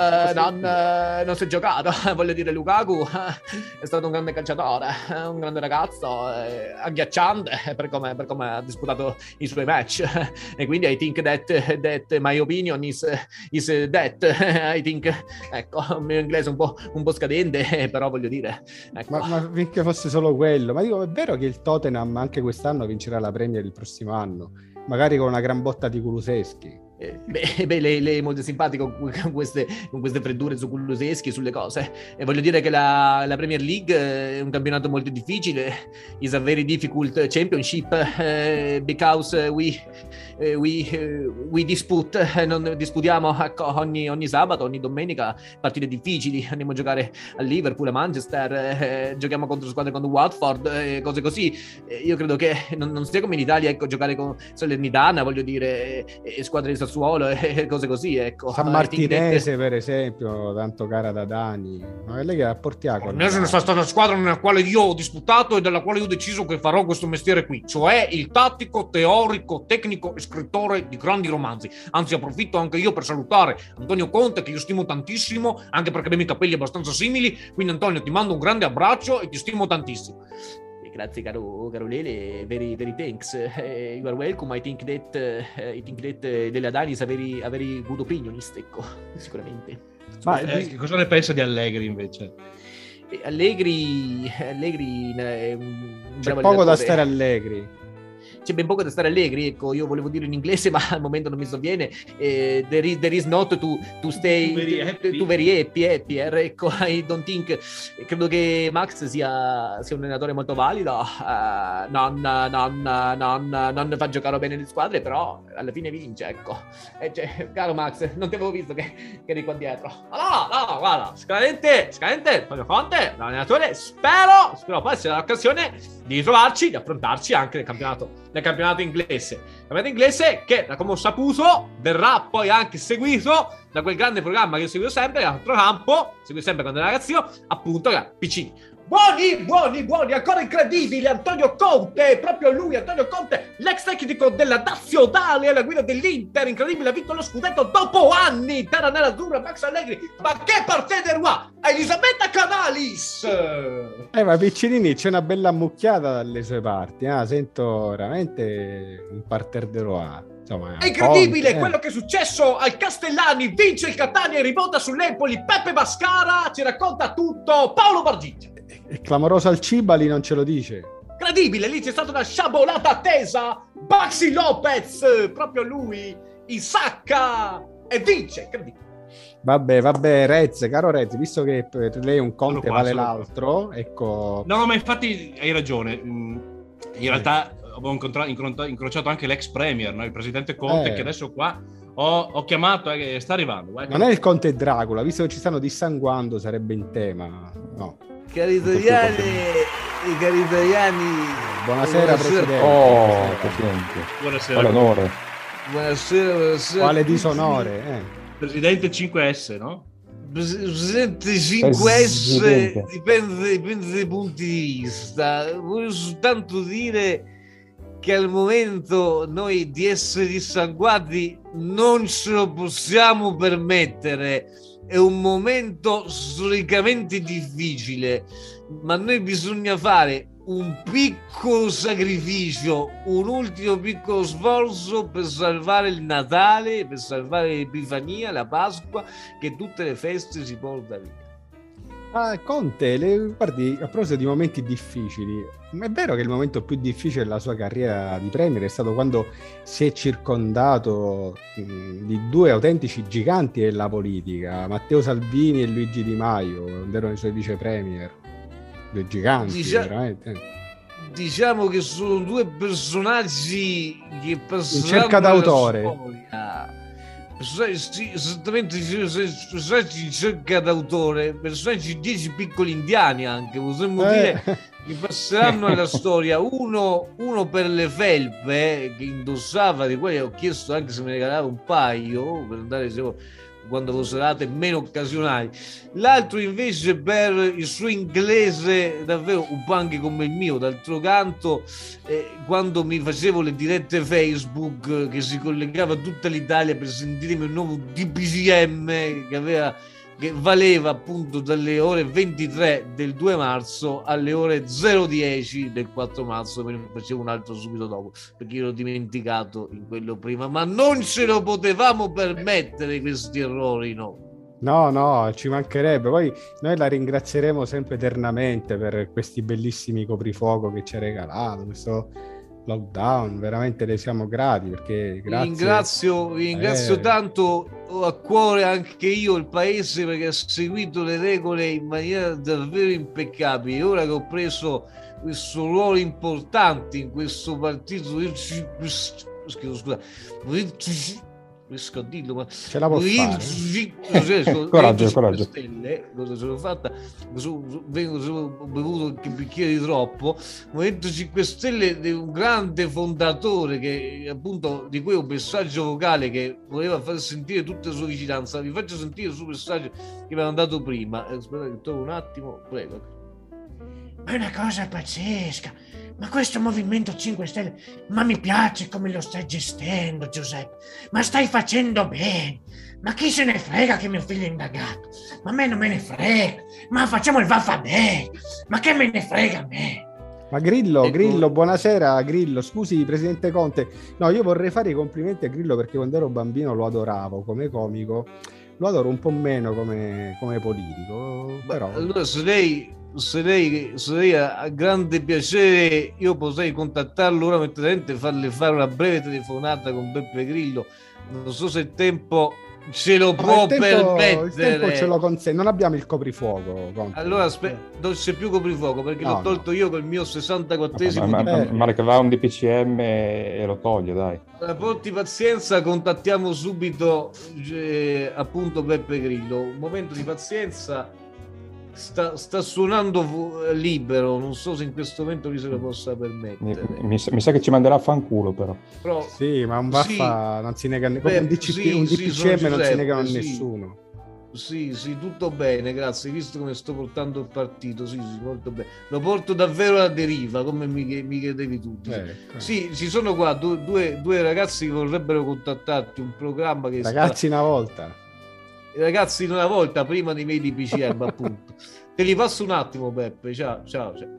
eh, non, eh, non si è giocato. Voglio dire, Lukaku è stato un grande calciatore, un grande ragazzo, eh, agghiacciante per come, per come ha disputato i suoi match. E quindi I think that, that my opinion is, is that. I think, ecco, il mio inglese è un po', un po' scadente, però voglio dire... Ecco. Ma, ma finché fosse solo quello. Ma dico, è vero che il Tottenham anche quest'anno vincerà la Premier il prossimo anno, magari con una gran botta di Kulusevski. Eh, beh, beh lei, lei è molto simpatico con queste, con queste freddure su Kulusevski e sulle cose. E voglio dire che la, la Premier League è un campionato molto difficile. Is a very difficult championship uh, because we, uh, we, uh, we dispute, non disputiamo ecco, ogni, ogni sabato, ogni domenica partite difficili. Andiamo a giocare a Liverpool, a Manchester, eh, giochiamo contro squadre come Watford, eh, cose così. Eh, io credo che non, non sia come in Italia, ecco, giocare con Salernitana, voglio dire, eh, squadre di Sassuolo e cose così, ecco. San Martinese, per esempio, tanto cara da Dani. Ma è lei che ha portiato. Non è stata una squadra nella quale io ho disputato e della quale io ho deciso che farò questo mestiere qui, cioè il tattico, teorico, tecnico e scrittore di grandi romanzi. Anzi, approfitto anche io per salutare Antonio Conte, che io stimo tantissimo, anche perché abbiamo i capelli abbastanza simili. Quindi Antonio, ti mando un grande abbraccio e ti stimo tantissimo. Grazie caro, caro Lele, very, very thanks. Uh, you are welcome. I think that, uh, I think that uh, Lele Adani is a very, a very good opinionist, ecco, sicuramente. Ma eh, che cosa ne pensa di Allegri invece? Eh, Allegri, Allegri è un C'è bravo poco allenatore. da stare allegri. C'è ben poco da stare allegri, ecco, io volevo dire in inglese ma al momento non mi sovviene. eh, there, is, there is not to, to stay To very happy. to very happy, happy eh, ecco, I don't think, credo che Max sia, sia un allenatore molto valido, uh, non, non, non, non fa giocare bene le squadre, però alla fine vince, ecco. E cioè, caro Max, non ti avevo visto che, che eri qua dietro. No, no, no, guarda, scadente, scadente, Antonio Conte, l'allenatore, spero, spero poi sia l'occasione di trovarci, di affrontarci anche nel campionato, nel campionato inglese. Il campionato inglese che, da come ho saputo, verrà poi anche seguito da quel grande programma che io seguo sempre, l'altro campo, seguo sempre quando ero ragazzino, appunto, P C. Buoni, buoni, buoni, ancora incredibile, Antonio Conte, proprio lui, Antonio Conte, l'ex tecnico della Nazionale alla guida dell'Inter, incredibile, ha vinto lo scudetto dopo anni, terra nell'azzurra, Max Allegri, ma che partita de roi, Elisabetta Canalis! Eh, ma Piccinini c'è una bella ammucchiata dalle sue parti, eh? Sento veramente un parterre de roi. Insomma, è incredibile Conte, eh. quello che è successo al Castellani, vince il Catania e rimonta sull'Empoli, Peppe Mascara ci racconta tutto, Paolo Bargigia. È clamoroso al Cibali, non ce lo dice. Incredibile, lì c'è stata una sciabolata attesa, Baxi Lopez, proprio lui, Isacca, e vince, incredibile. Vabbè, vabbè, Rez, caro Rez, visto che per lei un Conte Sono qua, vale sono l'altro, ecco... No, no, ma infatti hai ragione. In realtà avevo incontra- incro- incrociato anche l'ex premier, no? Il presidente Conte, Eh. che adesso qua ho, ho chiamato e eh, sta arrivando. Guarda. Non è il Conte Dracula, visto che ci stanno dissanguando, sarebbe in tema, no. Cari italiani, cari italiani, Buonasera, Presidente. Oh, Buonasera. Presidente. Buonasera. All'onore. buonasera, buonasera. Quale disonore, eh. Presidente cinque S, no? Presidente cinque S, Presidente. dipende, dipende dai punti di vista. Voglio soltanto dire che al momento noi di essere dissanguati non ce lo possiamo permettere. È un momento storicamente difficile, ma a noi bisogna fare un piccolo sacrificio, un ultimo piccolo sforzo per salvare il Natale, per salvare l'Epifania, la Pasqua, che tutte le feste si porta via. Ah, Conte, le, guardi, a proposito di momenti difficili, è vero che il momento più difficile della sua carriera di premier è stato quando si è circondato mh, di due autentici giganti della politica, Matteo Salvini e Luigi Di Maio, quando erano i suoi vice premier, due giganti, Dicia- veramente. Diciamo che sono due personaggi che passeranno In cerca d'autore. nella storia. Personaggi, sì, esattamente, personaggi in cerca d'autore, personaggi dieci piccoli indiani anche, potremmo Eh. dire, che passeranno nella storia. Uno, uno per le felpe, che indossava, di quelli ho chiesto anche se mi regalava un paio, per andare se- quando lo serate meno occasionali. L'altro invece per il suo inglese davvero un po' anche come il mio. D'altro canto, eh, quando mi facevo le dirette Facebook, eh, che si collegava a tutta l'Italia per sentirmi un nuovo D P C M che aveva che valeva appunto dalle ore ventitré del due marzo alle ore zero dieci del quattro marzo, me ne facevo un altro subito dopo perché io l'ho dimenticato in quello prima, ma non ce lo potevamo permettere questi errori, no? No, no, ci mancherebbe. Poi noi la ringrazieremo sempre eternamente per questi bellissimi coprifuoco che ci ha regalato, questo lockdown, veramente le siamo grati perché grazie. Vi ringrazio, vi ringrazio eh. tanto, ho a cuore anche io il paese perché ha seguito le regole in maniera davvero impeccabile. Ora che ho preso questo ruolo importante in questo partito, scusa, riesco a dirlo, ma ce la può fare. Coraggio, coraggio. Stelle, cosa sono fatta? Vengo, ho bevuto anche un bicchiere di troppo. Movimento cinque Stelle è un grande fondatore che appunto di cui un messaggio vocale che voleva far sentire tutta la sua vicinanza. Vi faccio sentire il suo messaggio che mi ha mandato prima. Aspetta che trovo un attimo, prego. Ma è una cosa pazzesca, ma questo Movimento cinque Stelle, ma mi piace come lo stai gestendo, Giuseppe, ma stai facendo bene, ma chi se ne frega che mio figlio è indagato, ma a me non me ne frega, ma facciamo il vaffa bene, ma che me ne frega a me. Ma Grillo, ecco. Grillo, buonasera Grillo, scusi Presidente Conte, no, io vorrei fare i complimenti a Grillo perché quando ero bambino lo adoravo come comico, lo adoro un po' meno come, come politico, però... Allora se lei... Se lei, se lei ha grande piacere, io potrei contattarlo ora mentre farle fare una breve telefonata con Beppe Grillo. Non so se il tempo ce lo può il tempo, permettere. Il tempo ce lo consente, non abbiamo il coprifuoco. Conte. Allora aspetta, non c'è più coprifuoco perché no, l'ho tolto no. io col mio sessantaquattresimo. Ma, ma, eh. ma che va un D P C M e lo toglie, dai. Porti pazienza, contattiamo subito eh, appunto Beppe Grillo. Un momento di pazienza. Sta, sta suonando libero, non so se in questo momento lui se lo possa permettere. Mi, mi, mi sa che ci manderà a fanculo però. Però sì, ma un vaffa sì, non si nega, beh, un D C P, sì, un D P C M sì, non Giuseppe, si negano a sì. nessuno. Sì, sì, tutto bene, grazie. Visto come sto portando il partito, sì, sì, molto bene. Lo porto davvero alla deriva, come mi, mi chiedevi tu. Eh, eh. Sì, ci sono qua due, due, due ragazzi che vorrebbero contattarti, un programma che ragazzi sta... una volta. Ragazzi una volta prima dei miei D P C M appunto. Te li passo un attimo Beppe, ciao, ciao, ciao.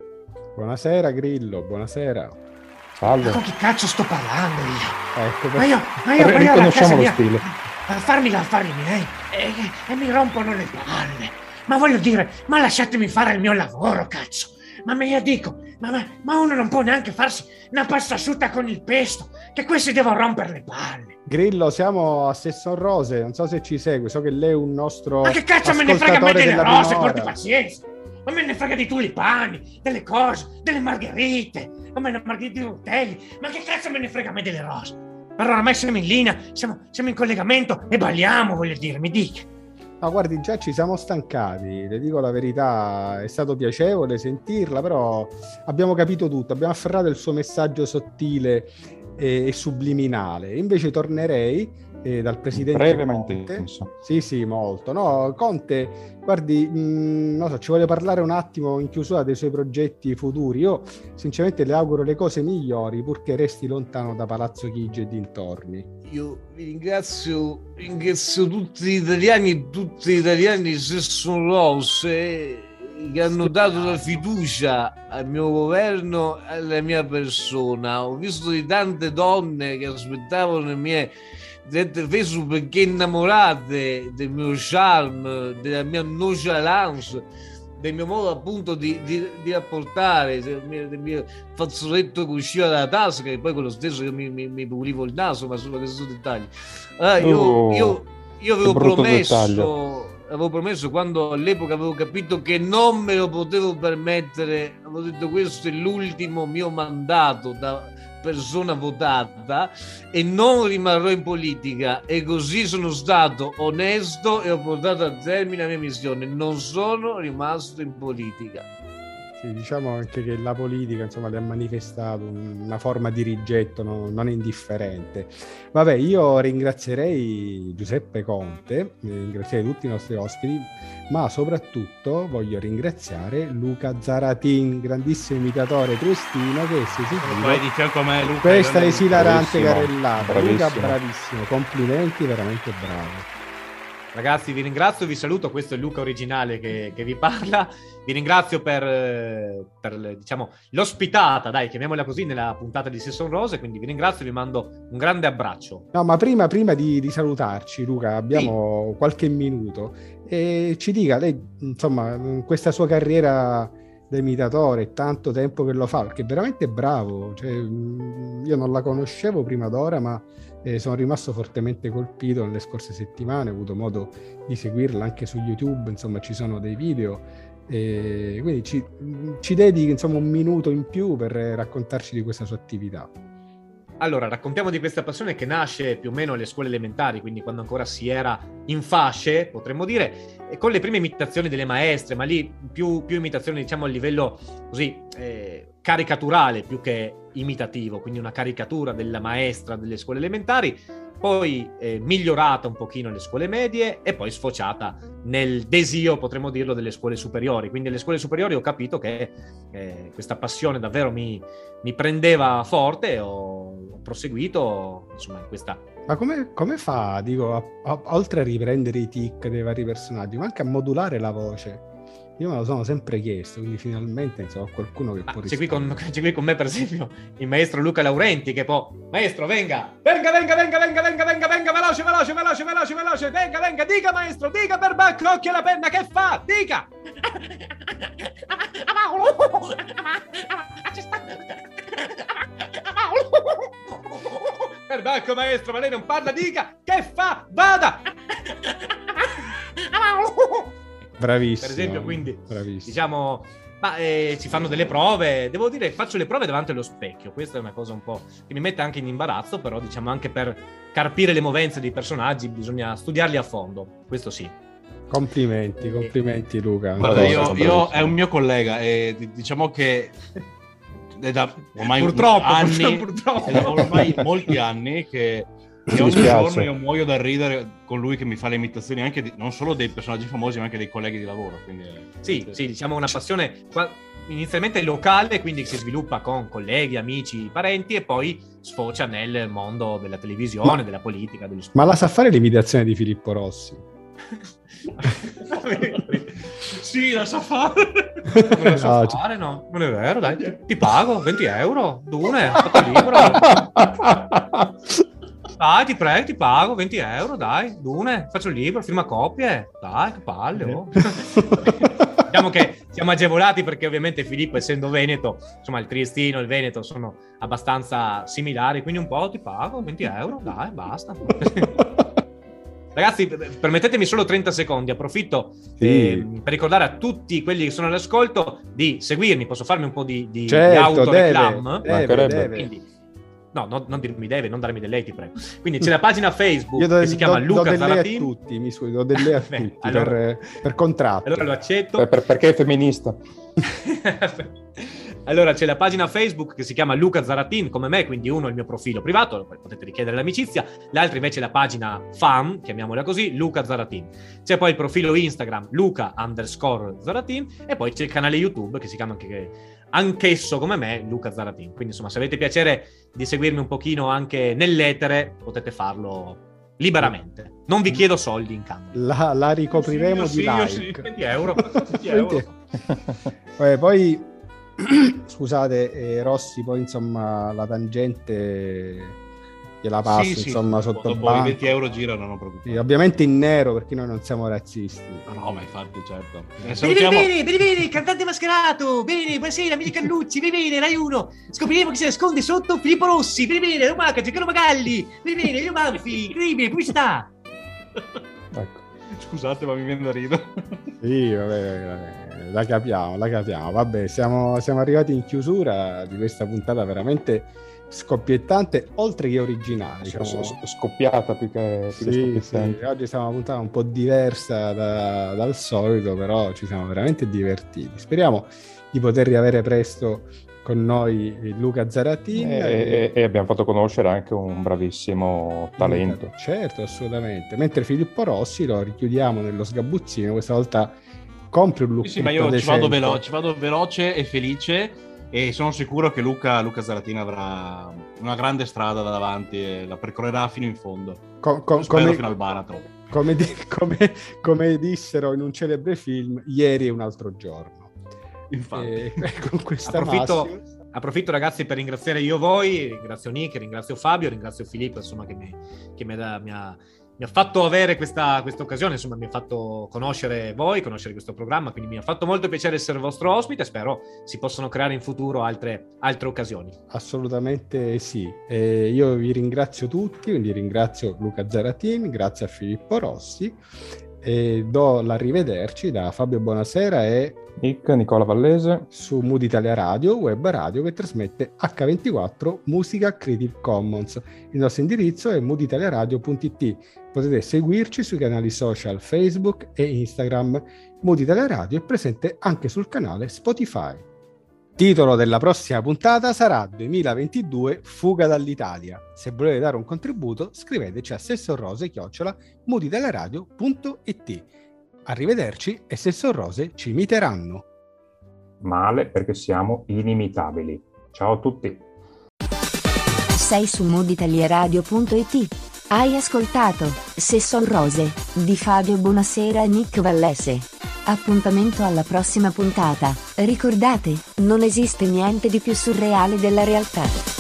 Buonasera Grillo, buonasera. Salve. Ma con chi cazzo sto parlando io? Ecco, Ma io, ma io, ma io alla casa Riconosciamo lo mia stile. a farmi gli affari miei e, e mi rompono le palle. Ma voglio dire, ma lasciatemi fare il mio lavoro, cazzo. Ma me io dico, ma, ma, ma uno non può neanche farsi una pasta asciutta con il pesto, che questi devono rompere le palle. Grillo, siamo a Sesson Rose, non so se ci segue, so che lei è un nostro Ma che cazzo me ne frega a me ascoltatore delle della rose, prima porti ora. pazienza. Ma me ne frega di tulipani, delle cose, delle margherite, come le margherite di Rutelli. Ma che cazzo me ne frega a me delle rose? Però ormai siamo in linea, siamo, siamo in collegamento e balliamo, voglio dire, mi dica. No, guardi, già ci siamo stancati, le dico la verità, è stato piacevole sentirla, però abbiamo capito tutto, abbiamo afferrato il suo messaggio sottile e, e subliminale. Invece tornerei eh, dal presidente Breve ma Conte. intenso. Sì, sì, molto. No, Conte, guardi, mh, non so, ci vuole parlare un attimo in chiusura dei suoi progetti futuri. Io sinceramente le auguro le cose migliori, purché resti lontano da Palazzo Chigi e dintorni. Io vi ringrazio, ringrazio tutti gli italiani, tutti gli italiani Sesson Rose che hanno dato la fiducia al mio governo e alla mia persona. Ho visto di tante donne che aspettavano le mie dirette Facebook perché innamorate del mio charme, della mia nonchalance, del mio modo appunto di, di, di rapportare, del mio, del mio fazzoletto che usciva dalla tasca, che poi quello stesso io mi, mi, mi pulivo il naso, ma solo questo dettaglio. Allora, io, Oh, io, io avevo brutto promesso, dettaglio. avevo promesso quando all'epoca avevo capito che non me lo potevo permettere, avevo detto questo è l'ultimo mio mandato da persona votata e non rimarrò in politica, e così sono stato onesto e ho portato a termine la mia missione, non sono rimasto in politica. Sì, diciamo anche che la politica, insomma, le ha manifestato una forma di rigetto non, non indifferente. Vabbè, io ringrazierei Giuseppe Conte, ringrazierei tutti i nostri ospiti, ma soprattutto voglio ringraziare Luca Zaratin, grandissimo imitatore triestino che si Vai di fianco a me, Luca. questa grande- esilarante Bravissimo, carrellata. bravissimo. Luca, bravissimo, complimenti, veramente bravo. Ragazzi, vi ringrazio, vi saluto. Questo è Luca originale che, che vi parla. Vi ringrazio per, per diciamo, l'ospitata, dai, chiamiamola così, nella puntata di Se Son Rose. Quindi vi ringrazio e vi mando un grande abbraccio. No, ma prima, prima di, di salutarci, Luca, abbiamo sì. qualche minuto. E ci dica, lei, insomma, questa sua carriera da imitatore, è tanto tempo che lo fa, perché è veramente bravo. Cioè, io non la conoscevo prima d'ora, ma eh, sono rimasto fortemente colpito nelle scorse settimane, ho avuto modo di seguirla anche su YouTube, insomma ci sono dei video, e quindi ci, ci dedichi insomma un minuto in più per raccontarci di questa sua attività. Allora, raccontiamo di questa passione che nasce più o meno alle scuole elementari, quindi quando ancora si era in fasce, potremmo dire, e con le prime imitazioni delle maestre, ma lì più, più imitazioni diciamo a livello così eh, caricaturale più che imitativo, quindi una caricatura della maestra delle scuole elementari, poi eh, migliorata un pochino alle scuole medie e poi sfociata nel desio, potremmo dirlo, delle scuole superiori. Quindi alle scuole superiori ho capito che eh, questa passione davvero mi, mi prendeva forte e ho, ho proseguito insomma in questa... Ma come, come fa, dico, a, a, oltre a riprendere i tic dei vari personaggi, ma anche a modulare la voce? Io me lo sono sempre chiesto, quindi finalmente insomma, ho qualcuno che ah, può c'è qui, con, rispondere. c'è qui con me per esempio il maestro Luca Laurenti che può... Maestro, venga! Venga, venga, venga, venga, venga, venga, venga, veloce, veloce, veloce, veloce, veloce, venga, venga, dica maestro, dica per bacco, occhio alla penna, che fa? Dica! Per bacco maestro, ma lei non parla, dica! Che fa? Vada! Bravissimo. Per esempio, quindi, bravissimo. diciamo, ma eh, ci fanno delle prove. Devo dire, faccio le prove davanti allo specchio. Questa è una cosa un po' che mi mette anche in imbarazzo, però diciamo anche per carpire le movenze dei personaggi bisogna studiarli a fondo. Questo sì. Complimenti, complimenti Luca. Guarda, io, io è un mio collega e diciamo che è da ormai purtroppo, anni, purtroppo. È da ormai molti anni che E ogni giorno io muoio da ridere con lui che mi fa le imitazioni anche di, non solo dei personaggi famosi ma anche dei colleghi di lavoro, quindi sì, sì, diciamo una passione inizialmente locale, quindi si sviluppa con colleghi, amici, parenti e poi sfocia nel mondo della televisione, ma, della politica, degli sport. Ma la sa fare l'imitazione di Filippo Rossi? Sì, la sa fare. Non la so no, fare, no? Non è vero, dai, ti, ti pago venti euro, Dune, fatto il libro. Dai, ti prego, ti pago venti euro, dai, Dune, faccio il libro, firma copie, dai, che palle, oh. Diciamo che siamo agevolati perché ovviamente Filippo, essendo veneto, insomma il triestino e il veneto sono abbastanza similari, quindi un po' ti pago venti euro, dai, basta. Ragazzi, permettetemi solo trenta secondi, approfitto sì. eh, per ricordare a tutti quelli che sono all'ascolto di seguirmi, posso farmi un po' di, di, certo, di autoreclam? Deve, deve, deve. Quindi, no, no, non dirmi deve, non darmi del lei, ti prego. Quindi c'è la pagina Facebook do, che si chiama do, Luca do Zaratin. Do tutti, mi scusi, do delle a tutti allora, per, per contratto. Allora lo accetto. Per, per, perché è femminista. Allora c'è la pagina Facebook che si chiama Luca Zaratin come me, quindi uno è il mio profilo privato, poi potete richiedere l'amicizia, l'altro invece è la pagina fan, chiamiamola così, Luca Zaratin. C'è poi il profilo Instagram Luca underscore Zaratin e poi c'è il canale YouTube che si chiama anche, anch'esso come me Luca Zaratin. Quindi insomma se avete piacere di seguirmi un pochino anche nell'etere potete farlo liberamente. Non vi chiedo soldi in cambio. La, la ricopriremo sì, di sì, like. Sì, venti euro. venti euro. Vabbè, poi scusate eh, Rossi, poi insomma la tangente gliela passo sì, insomma sì, sotto banco. I venti euro girano, non preoccupate. Sì, ovviamente in nero perché noi non siamo razzisti. No, ma infatti certo. Eh, salutiamo... Bene, bene, bene, cantante mascherato. Bene, buonasera amici Cannucci. Bene, bene, Rai uno. Scopriremo che si nasconde sotto Filippo Rossi. Bene, bene, Romaca, Giancarlo Magalli. Bene, bene, Leo Banfi. Incredibile, pubblicità. Ecco. Scusate, ma mi viene da ridere. Sì, vabbè, vabbè, la capiamo, la capiamo. Vabbè, siamo, siamo arrivati in chiusura di questa puntata veramente scoppiettante, oltre che originale. Diciamo. Scoppiata più che, più sì, che sì. Oggi siamo una puntata un po' diversa da, dal solito, però ci siamo veramente divertiti. Speriamo di poter riavere presto con noi Luca Zaratin e, e, e abbiamo fatto conoscere anche un bravissimo talento. Certo, assolutamente. Mentre Filippo Rossi lo richiudiamo nello sgabuzzino, questa volta compri un look. Sì, sì, ma io ci vado, velo- ci vado veloce e felice e sono sicuro che Luca, Luca Zaratin avrà una grande strada davanti e la percorrerà fino in fondo. Co- co- Spero come... fino al baratro. come, di, come, come dissero in un celebre film, ieri è un altro giorno. Infatti. E, con questa approfitto, massima... approfitto ragazzi per ringraziare io voi, ringrazio Nick, ringrazio Fabio, ringrazio Filippo, insomma, che mi, che mi, da, mi ha... mi ha fatto avere questa, questa occasione, insomma mi ha fatto conoscere voi, conoscere questo programma, quindi mi ha fatto molto piacere essere vostro ospite, spero si possano creare in futuro altre, altre occasioni. Assolutamente sì, eh, io vi ringrazio tutti, quindi ringrazio Luca Zaratin, grazie a Filippo Rossi e do l'arrivederci da Fabio Bonasera e Nick Nicola Vallese su Mood Italia Radio, web radio che trasmette acca ventiquattro Musica Creative Commons. Il nostro indirizzo è mood italia radio punto it. Potete seguirci sui canali social Facebook e Instagram. Mood Italia Radio è presente anche sul canale Spotify. Titolo della prossima puntata sarà duemilaventidue Fuga dall'Italia. Se volete dare un contributo scriveteci a sessorrose chiocciola mood italia radio punto it. Arrivederci e se son rose ci imiteranno. Male perché siamo inimitabili. Ciao a tutti. Sei su mood italia radio punto it. Hai ascoltato Se son rose di Fabio Bonasera e Nick Vallese. Appuntamento alla prossima puntata. Ricordate, non esiste niente di più surreale della realtà.